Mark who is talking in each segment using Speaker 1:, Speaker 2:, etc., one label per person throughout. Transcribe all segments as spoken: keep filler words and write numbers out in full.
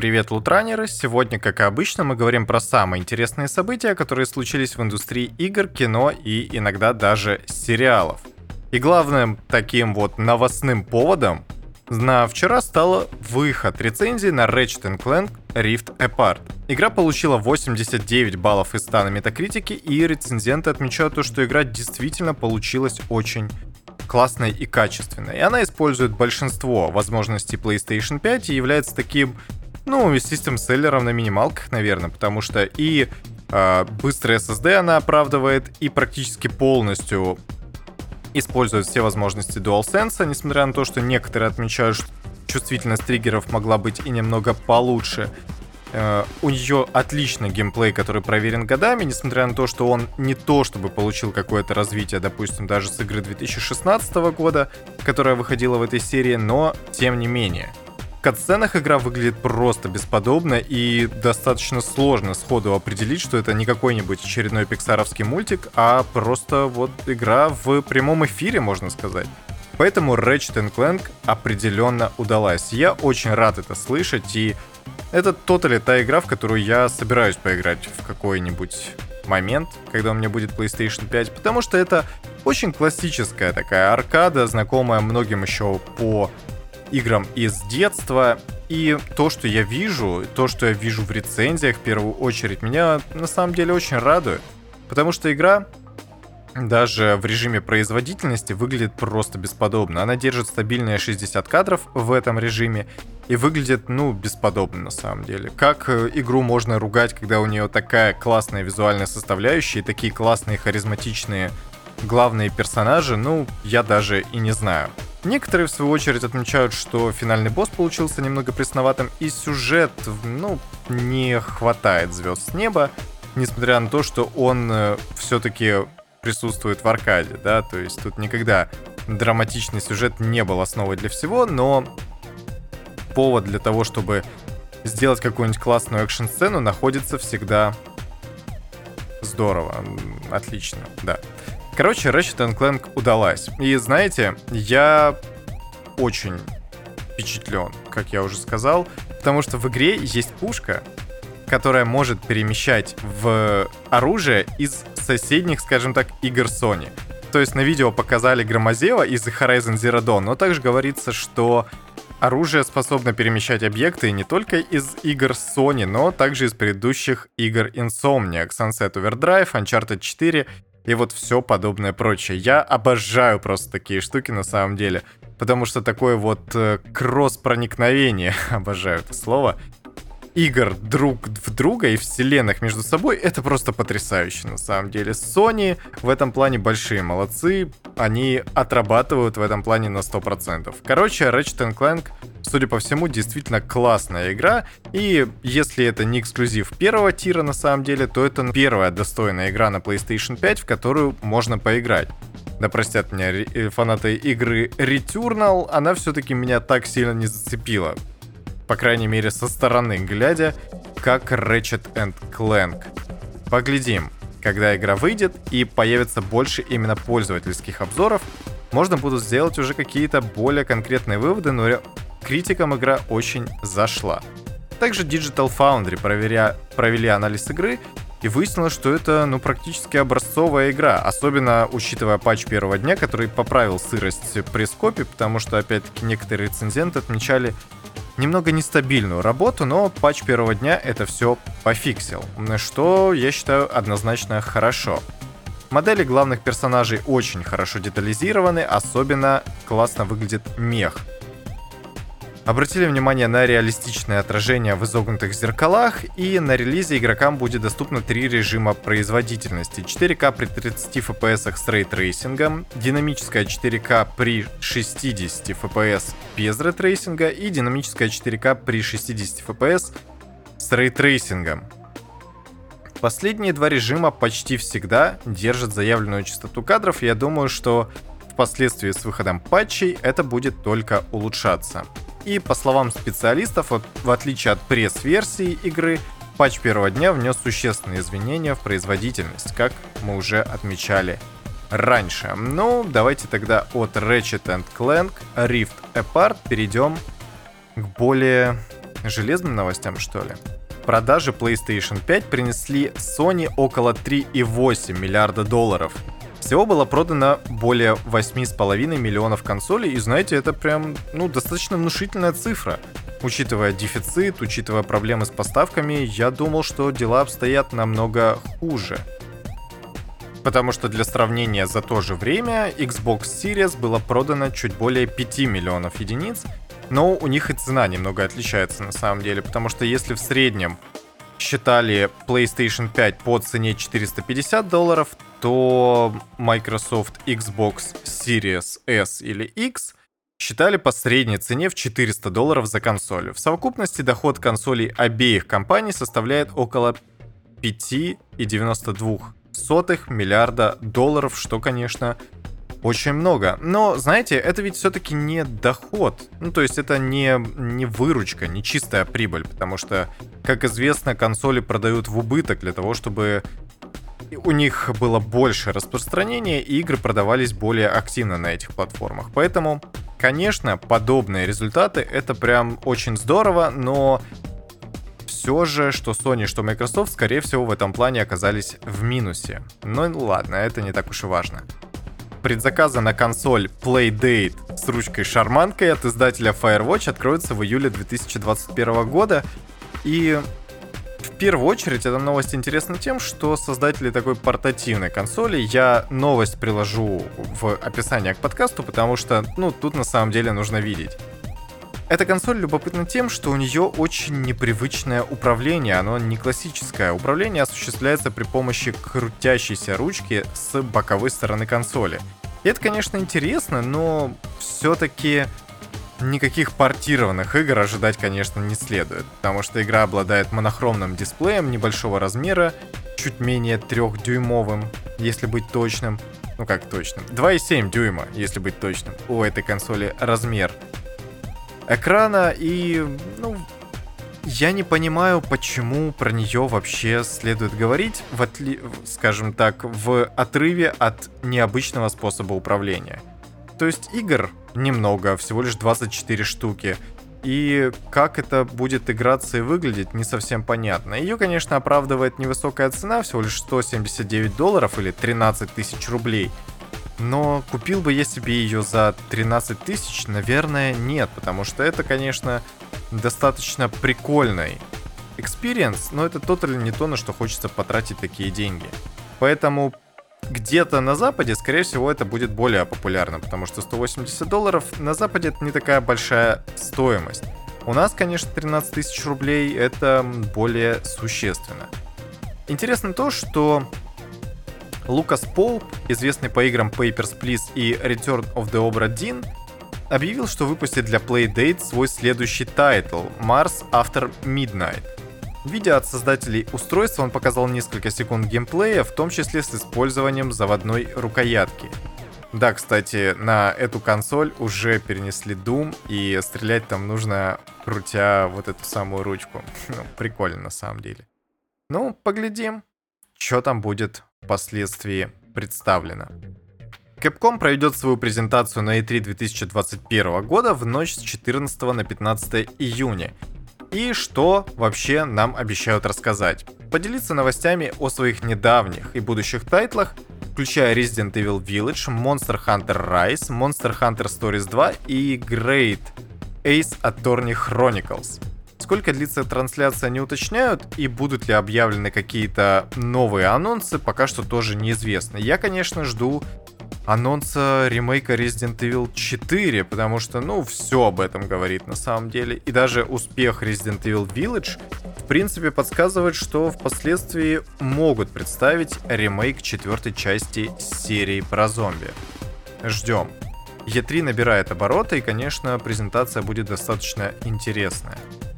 Speaker 1: Привет, лутранеры! Сегодня, как и обычно, мы говорим про самые интересные события, которые случились в индустрии игр, кино и иногда даже сериалов. И главным таким вот новостным поводом на вчера стало выход рецензии на Ratchet энд Clank Rift Apart. Игра получила восемьдесят девять баллов из ста на Метакритике, и рецензенты отмечают то, что игра действительно получилась очень классной и качественной. И она использует большинство возможностей PlayStation пять и является таким, ну, систем-селлером на минималках, наверное, потому что и э, быстрый эс эс ди она оправдывает, и практически полностью использует все возможности DualSense, несмотря на то, что некоторые отмечают, что чувствительность триггеров могла быть и немного получше. Uh, у нее отличный геймплей, который проверен годами, несмотря на то, что он не то чтобы получил какое-то развитие, допустим, даже с игры две тысячи шестнадцатого года, которая выходила в этой серии, но тем не менее. В катсценах игра выглядит просто бесподобно, и достаточно сложно сходу определить, что это не какой-нибудь очередной пиксаровский мультик, а просто вот игра в прямом эфире, можно сказать. Поэтому Ratchet энд Clank определенно удалась. Я очень рад это слышать, и это тотали та игра, в которую я собираюсь поиграть в какой-нибудь момент, когда у меня будет PlayStation пять, потому что это очень классическая такая аркада, знакомая многим еще по играм из детства. И то, что я вижу, то, что я вижу в рецензиях, в первую очередь, меня на самом деле очень радует, потому что игра даже в режиме производительности выглядит просто бесподобно. Она держит стабильные шестьдесят кадров в этом режиме и выглядит, ну, бесподобно на самом деле. Как игру можно ругать, когда у нее такая классная визуальная составляющая и такие классные харизматичные главные персонажи, ну, я даже и не знаю. Некоторые, в свою очередь, отмечают, что финальный босс получился немного пресноватым, и сюжет, ну, не хватает звезд с неба, несмотря на то, что он э, все-таки присутствует в аркаде, да, то есть тут никогда драматичный сюжет не был основой для всего, но повод для того, чтобы сделать какую-нибудь классную экшн-сцену, находится всегда здорово, отлично, да. Короче, Ratchet энд Clank удалась, и знаете, я очень впечатлен, как я уже сказал, потому что в игре есть пушка, которая может перемещать в оружие из соседних, скажем так, игр Sony. То есть на видео показали Громозева из Horizon Zero Dawn, но также говорится, что оружие способно перемещать объекты не только из игр Sony, но также из предыдущих игр Insomniac, Sunset Overdrive, Uncharted четыре и вот все подобное прочее. Я обожаю просто такие штуки на самом деле, потому что такое вот э, кросс-проникновение, обожаю это слово, игр друг в друга и вселенных между собой, это просто потрясающе на самом деле. Sony в этом плане большие молодцы, они отрабатывают в этом плане на сто процентов. Короче, Ratchet энд Clank, судя по всему, действительно классная игра, и если это не эксклюзив первого тира на самом деле, то это первая достойная игра на PlayStation пять, в которую можно поиграть. Да простят меня фанаты игры Returnal, она все-таки меня так сильно не зацепила. По крайней мере, со стороны глядя, как Ratchet энд Clank. Поглядим, когда игра выйдет и появится больше именно пользовательских обзоров, можно будет сделать уже какие-то более конкретные выводы, но критикам игра очень зашла. Также Digital Foundry проверя... провели анализ игры и выяснилось, что это, ну, практически образцовая игра, особенно учитывая патч первого дня, который поправил сырость при скопе, потому что, опять-таки, некоторые рецензенты отмечали немного нестабильную работу, но патч первого дня это все пофиксил, что я считаю однозначно хорошо. Модели главных персонажей очень хорошо детализированы, особенно классно выглядит мех. Обратили внимание на реалистичное отражение в изогнутых зеркалах, и на релизе игрокам будет доступно три режима производительности: четыре ка при тридцати эф пи эс с рейтрейсингом, динамическая четыре ка при шестидесяти эф пи эс без рейтрейсинга и динамическая четыре ка при шестидесяти эф пи эс с рейтрейсингом. Последние два режима почти всегда держат заявленную частоту кадров, и я думаю, что впоследствии с выходом патчей это будет только улучшаться. И по словам специалистов, в отличие от пресс-версии игры, патч первого дня внес существенные изменения в производительность, как мы уже отмечали раньше. Ну, давайте тогда от Ratchet энд Clank Rift Apart перейдем к более железным новостям, что ли. Продажи PlayStation пять принесли Sony около три и восемь миллиарда долларов. Всего было продано более восемь с половиной миллионов консолей, и знаете, это прям, ну, достаточно внушительная цифра. Учитывая дефицит, учитывая проблемы с поставками, я думал, что дела обстоят намного хуже. Потому что для сравнения, за то же время Xbox Series было продано чуть более пяти миллионов единиц, но у них и цена немного отличается на самом деле, потому что если в среднем считали PlayStation пять по цене четыреста пятьдесят долларов, то Microsoft Xbox Series S или X считали по средней цене в четыреста долларов за консоль. В совокупности доход консолей обеих компаний составляет около пять целых девяносто две сотых миллиарда долларов, что, конечно, очень много. Но, знаете, это ведь все-таки не доход. Ну, то есть это не, не выручка, не чистая прибыль, потому что, как известно, консоли продают в убыток для того, чтобы у них было больше распространения и игры продавались более активно на этих платформах. Поэтому, конечно, подобные результаты — это прям очень здорово, но все же, что Sony, что Microsoft, скорее всего, в этом плане оказались в минусе. Но ладно, это не так уж и важно. Предзаказы на консоль Playdate с ручкой-шарманкой от издателя Firewatch откроются в июле две тысячи двадцать первого года. И в первую очередь эта новость интересна тем, что создатели такой портативной консоли, я новость приложу в описание к подкасту, потому что, ну, тут на самом деле нужно видеть. Эта консоль любопытна тем, что у нее очень непривычное управление, оно не классическое. Управление осуществляется при помощи крутящейся ручки с боковой стороны консоли. И это, конечно, интересно, но все-таки никаких портированных игр ожидать, конечно, не следует, потому что игра обладает монохромным дисплеем небольшого размера, чуть менее трехдюймовым, если быть точным. Ну как точным? два и семь дюйма, если быть точным, у этой консоли размер экрана, и, ну, я не понимаю, почему про нее вообще следует говорить, в отли... скажем так, в отрыве от необычного способа управления. То есть игр немного, всего лишь двадцать четыре штуки, и как это будет играться и выглядеть, не совсем понятно. Ее, конечно, оправдывает невысокая цена, всего лишь сто семьдесят девять долларов или тринадцать тысяч рублей. Но купил бы я себе ее за тринадцать тысяч? Наверное, нет, потому что это, конечно, достаточно прикольный экспириенс, но это тотально не то, на что хочется потратить такие деньги. Поэтому где-то на Западе, скорее всего, это будет более популярно, потому что сто восемьдесят долларов на Западе это не такая большая стоимость. У нас, конечно, тринадцать тысяч рублей это более существенно. Интересно то, что Лукас Поуп, известный по играм Papers, Please и Return of the Obra Dinn, объявил, что выпустит для Playdate свой следующий тайтл Mars After Midnight. Видя от создателей устройства, он показал несколько секунд геймплея, в том числе с использованием заводной рукоятки. Да, кстати, на эту консоль уже перенесли Doom, и стрелять там нужно, крутя вот эту самую ручку. Ну, прикольно на самом деле. Ну, поглядим, что там будет впоследствии представлено. Capcom проведет свою презентацию на и три две тысячи двадцать первого года в ночь с четырнадцатого на пятнадцатое июня. И что вообще нам обещают рассказать? Поделиться новостями о своих недавних и будущих тайтлах, включая Resident Evil Village, Monster Hunter Rise, Monster Hunter Stories два и Great Ace Attorney Chronicles. Сколько длится трансляция, не уточняют, и будут ли объявлены какие-то новые анонсы, пока что тоже неизвестно. Я, конечно, жду анонса ремейка Resident Evil четыре, потому что, ну, все об этом говорит на самом деле. И даже успех Resident Evil Village, в принципе, подсказывает, что впоследствии могут представить ремейк четвертой части серии про зомби. Ждем. и три набирает обороты, и, конечно, презентация будет достаточно интересная.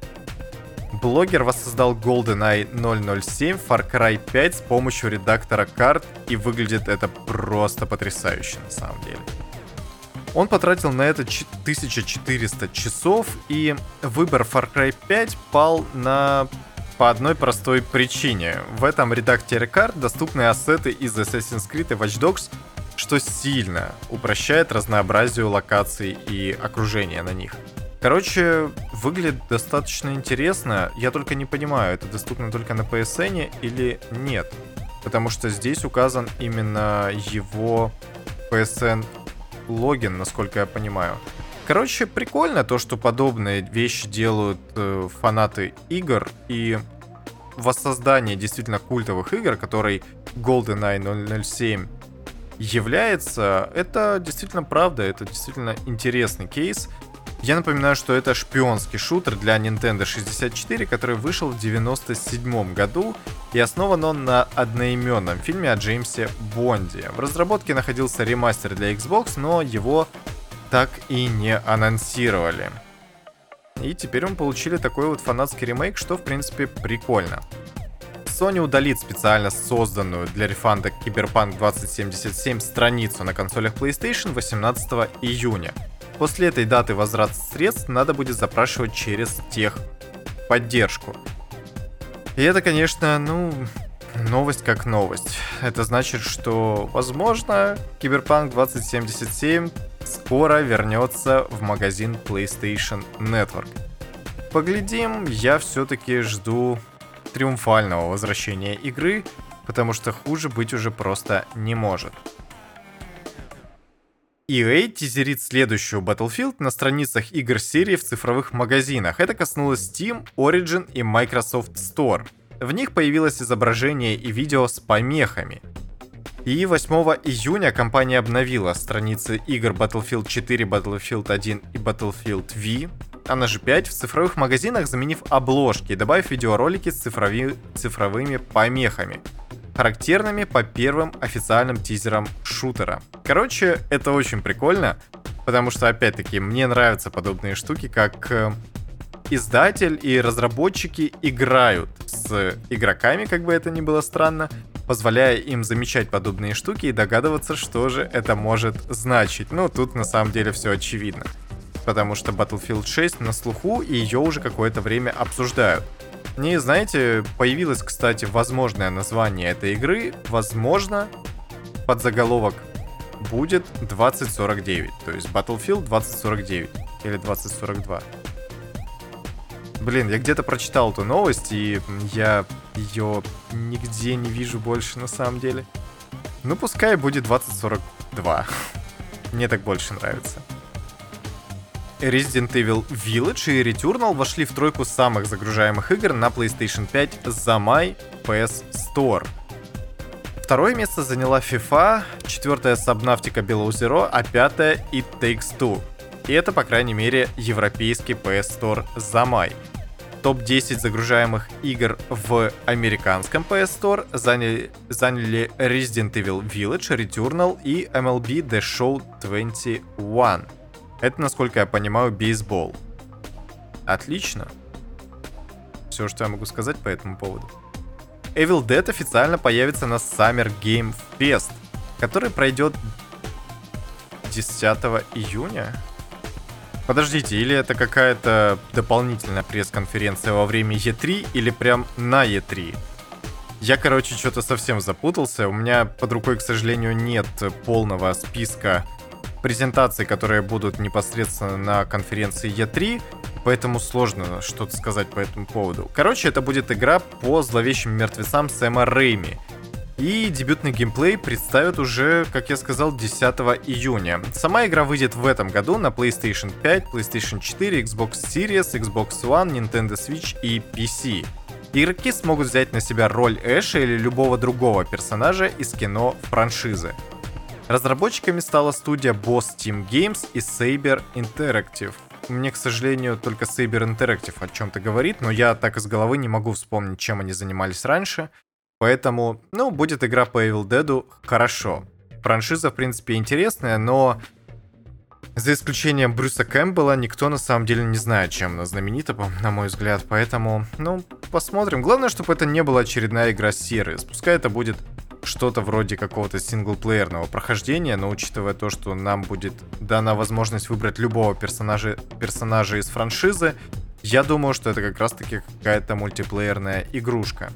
Speaker 1: Блогер воссоздал GoldenEye ноль ноль семь Far Cry пять с помощью редактора карт, и выглядит это просто потрясающе на самом деле. Он потратил на это тысяча четыреста часов, и выбор Far Cry пять пал на... по одной простой причине. В этом редакторе карт доступны ассеты из Assassin's Creed и Watch Dogs, что сильно упрощает разнообразие локаций и окружения на них. Короче, выглядит достаточно интересно. Я только не понимаю, это доступно только на пи эс эн или нет. Потому что здесь указан именно его пи эс эн логин, насколько я понимаю. Короче, прикольно то, что подобные вещи делают э, фанаты игр. И воссоздание действительно культовых игр, который GoldenEye ноль ноль семь является, это действительно правда, это действительно интересный кейс. Я напоминаю, что это шпионский шутер для Nintendo шестьдесят четыре, который вышел в девяносто седьмом году, и основан он на одноименном фильме о Джеймсе Бонде. В разработке находился ремастер для Xbox, но его так и не анонсировали. И теперь мы получили такой вот фанатский ремейк, что в принципе прикольно. Sony удалит специально созданную для рефанда Cyberpunk двадцать семьдесят семь страницу на консолях PlayStation восемнадцатого июня. После этой даты возврат средств надо будет запрашивать через техподдержку. И это, конечно, ну, новость как новость. Это значит, что, возможно, Cyberpunk двадцать семьдесят семь скоро вернется в магазин PlayStation Network. Поглядим, я все-таки жду триумфального возвращения игры, потому что хуже быть уже просто не может. и эй тизерит следующую Battlefield на страницах игр серии в цифровых магазинах. Это коснулось Steam, Origin и Microsoft Store. В них появилось изображение и видео с помехами. И восьмого июня компания обновила страницы игр Battlefield четыре, Battlefield один и Battlefield V, она же пять, в цифровых магазинах, заменив обложки и добавив видеоролики с цифрови... цифровыми помехами, характерными по первым официальным тизерам шутера. Короче, это очень прикольно, потому что, опять-таки, мне нравятся подобные штуки, как э, издатель и разработчики играют с игроками, как бы это ни было странно, позволяя им замечать подобные штуки и догадываться, что же это может значить. Ну, тут на самом деле все очевидно, потому что Battlefield шесть на слуху, и ее уже какое-то время обсуждают. И знаете, появилось, кстати, возможное название этой игры. Возможно, подзаголовок будет двадцать сорок девять. То есть Battlefield двадцать сорок девять. Или двадцать сорок два. Блин, я где-то прочитал эту новость, и я ее нигде не вижу больше на самом деле. Ну, пускай будет двадцать сорок два. Мне так больше нравится. Resident Evil Village и Returnal вошли в тройку самых загружаемых игр на PlayStation пять за май пи эс Store. Второе место заняла FIFA, четвертое Subnautica Below Zero, а пятое It Takes Two. И это, по крайней мере, европейский пи эс Store за май. топ десять загружаемых игр в американском пи эс Store заняли, заняли Resident Evil Village, Returnal и эм эл би The Show двадцать один. Это, насколько я понимаю, бейсбол. Отлично. Все, что я могу сказать по этому поводу. Evil Dead официально появится на Summer Game Fest, который пройдет десятого июня. Подождите, или это какая-то дополнительная пресс-конференция во время и три, или прям на и три? Я, короче, что-то совсем запутался. У меня под рукой, к сожалению, нет полного списка презентаций, которые будут непосредственно на конференции и три, поэтому сложно что-то сказать по этому поводу. Короче, это будет игра по зловещим мертвецам Сэма Рэйми. И дебютный геймплей представят уже, как я сказал, десятого июня. Сама игра выйдет в этом году на PlayStation пять, PlayStation четыре, Xbox Series, Xbox One, Nintendo Switch и пи си. Игроки смогут взять на себя роль Эша или любого другого персонажа из кино франшизы. Разработчиками стала студия Boss Team Games и Saber Interactive. Мне, к сожалению, только Saber Interactive о чем-то говорит, но я так из головы не могу вспомнить, чем они занимались раньше. Поэтому, ну, будет игра по Evil Dead, хорошо. Франшиза, в принципе, интересная, но за исключением Брюса Кэмпбелла никто на самом деле не знает, чем она знаменита, на мой взгляд. Поэтому, ну, посмотрим. Главное, чтобы это не была очередная игра сервис. Пускай это будет что-то вроде какого-то синглплеерного прохождения, но учитывая то, что нам будет дана возможность выбрать любого персонажа, персонажа из франшизы, я думаю, что это как раз-таки какая-то мультиплеерная игрушка.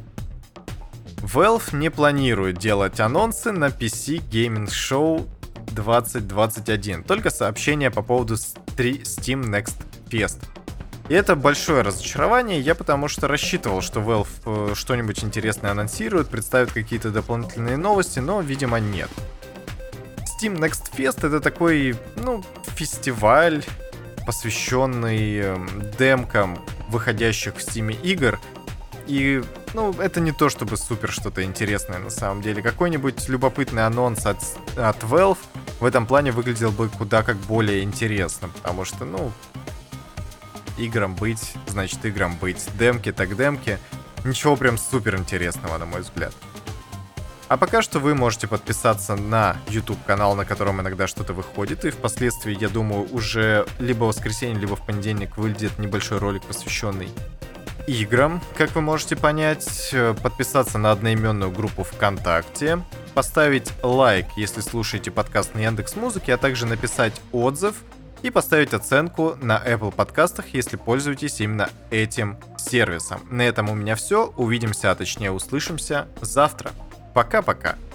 Speaker 1: Valve не планирует делать анонсы на пи си Gaming Show двадцать двадцать один. Только сообщение по поводу Steam Next Fest. И это большое разочарование, я потому что рассчитывал, что Valve что-нибудь интересное анонсирует, представит какие-то дополнительные новости, но, видимо, нет. Steam Next Fest — это такой, ну, фестиваль, посвященный демкам выходящих в Steam игр. И, ну, это не то чтобы супер что-то интересное на самом деле. Какой-нибудь любопытный анонс от, от Valve в этом плане выглядел бы куда как более интересно, потому что, ну, играм быть, значит играм быть. Демки так демки. Ничего прям супер интересного, на мой взгляд. А пока что вы можете подписаться на YouTube-канал, на котором иногда что-то выходит, и впоследствии, я думаю, уже либо в воскресенье, либо в понедельник выйдет небольшой ролик, посвященный играм, как вы можете понять, подписаться на одноименную группу ВКонтакте, поставить лайк, если слушаете подкаст на Яндекс.Музыке, а также написать отзыв и поставить оценку на Apple подкастах, если пользуетесь именно этим сервисом. На этом у меня все. Увидимся, а точнее услышимся завтра. Пока-пока.